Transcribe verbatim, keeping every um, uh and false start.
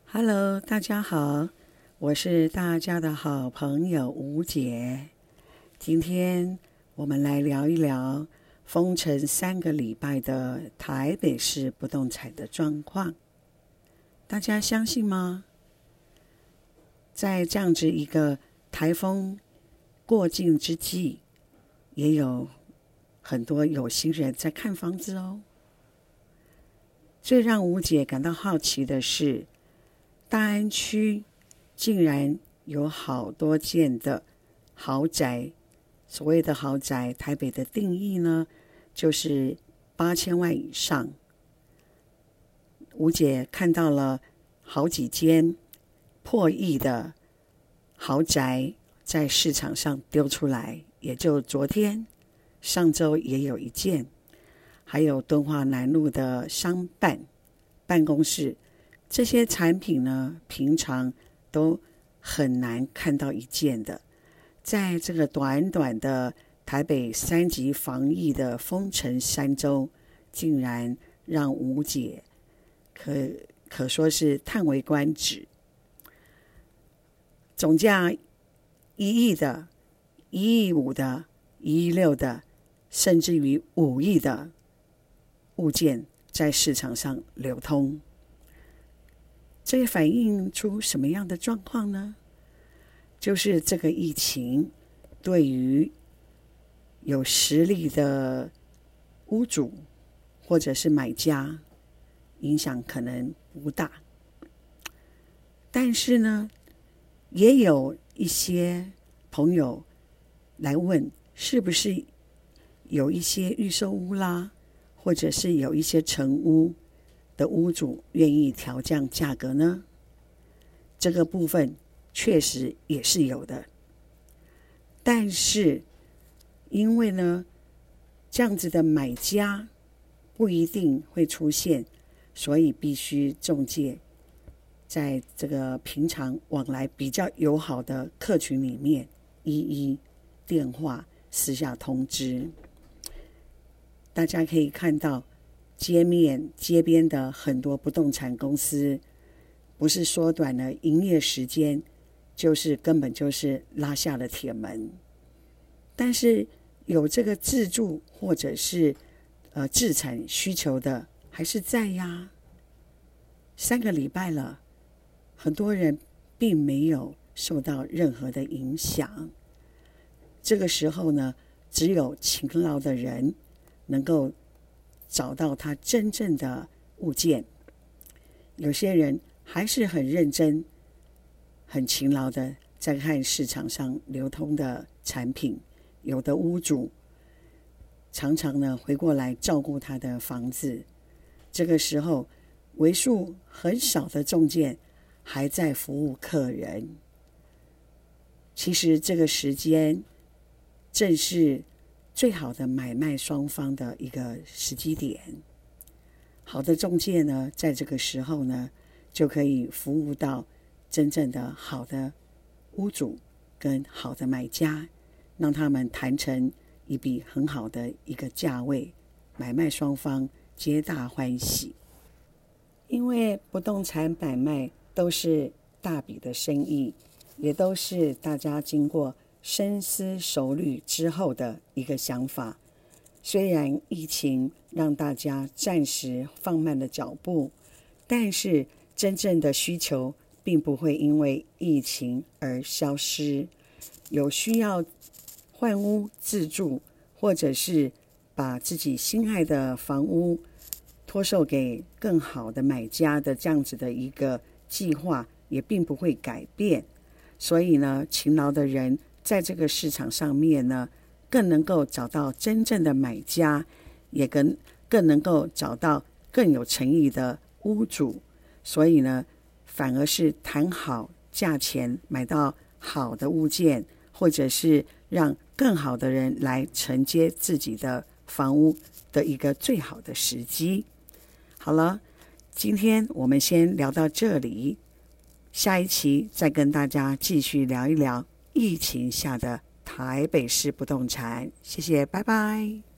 Hello，大家好，我是大家的好朋友吴姐。今天我们来聊一聊封城三个礼拜的台北市不动产的状况，大家相信吗？在这样子一个台风过境之际，也有很多有心人在看房子哦。最让吴姐感到好奇的是，大安区竟然有好多间的豪宅，所谓的豪宅，台北的定义呢，就是八千万以上。吴姐看到了好几间破亿的豪宅在市场上丢出来，也就昨天、上周也有一件，还有敦化南路的商办办公室。这些产品呢，平常都很难看到一件的，在这个短短的台北三级防疫的封城三周，竟然让吴姐可可说是叹为观止。总价一亿的、一亿五的、一亿六的，甚至于五亿的物件在市场上流通。这反映出什么样的状况呢？就是这个疫情对于有实力的屋主或者是买家影响可能不大，但是呢，也有一些朋友来问，是不是有一些预售屋啦，或者是有一些成屋的屋主愿意调降价格呢？这个部分确实也是有的，但是因为呢，这样子的买家不一定会出现，所以必须仲介在这个平常往来比较友好的客群里面，一一电话私下通知。大家可以看到街面街边的很多不动产公司，不是缩短了营业时间，就是根本就是拉下了铁门。但是有这个自住或者是呃置产需求的还是在呀。三个礼拜了，很多人并没有受到任何的影响。这个时候呢，只有勤劳的人能够找到他真正的物件。有些人还是很认真、很勤劳的在看市场上流通的产品。有的屋主常常呢回过来照顾他的房子。这个时候，为数很少的仲介还在服务客人。其实这个时间正是最好的买卖双方的一个时机点。好的仲介呢，在这个时候呢，就可以服务到真正的好的屋主跟好的买家，让他们谈成一笔很好的一个价位，买卖双方皆大欢喜。因为不动产买卖都是大笔的生意，也都是大家经过深思熟虑之后的一个想法。虽然疫情让大家暂时放慢了脚步，但是真正的需求并不会因为疫情而消失。有需要换屋自住，或者是把自己心爱的房屋托售给更好的买家的这样子的一个计划，也并不会改变。所以呢，勤劳的人在这个市场上面呢，更能够找到真正的买家，也更更能够找到更有诚意的屋主。所以呢，反而是谈好价钱，买到好的物件，或者是让更好的人来承接自己的房屋的一个最好的时机。好了，今天我们先聊到这里，下一期再跟大家继续聊一聊疫情下的台北市不动产。谢谢，拜拜。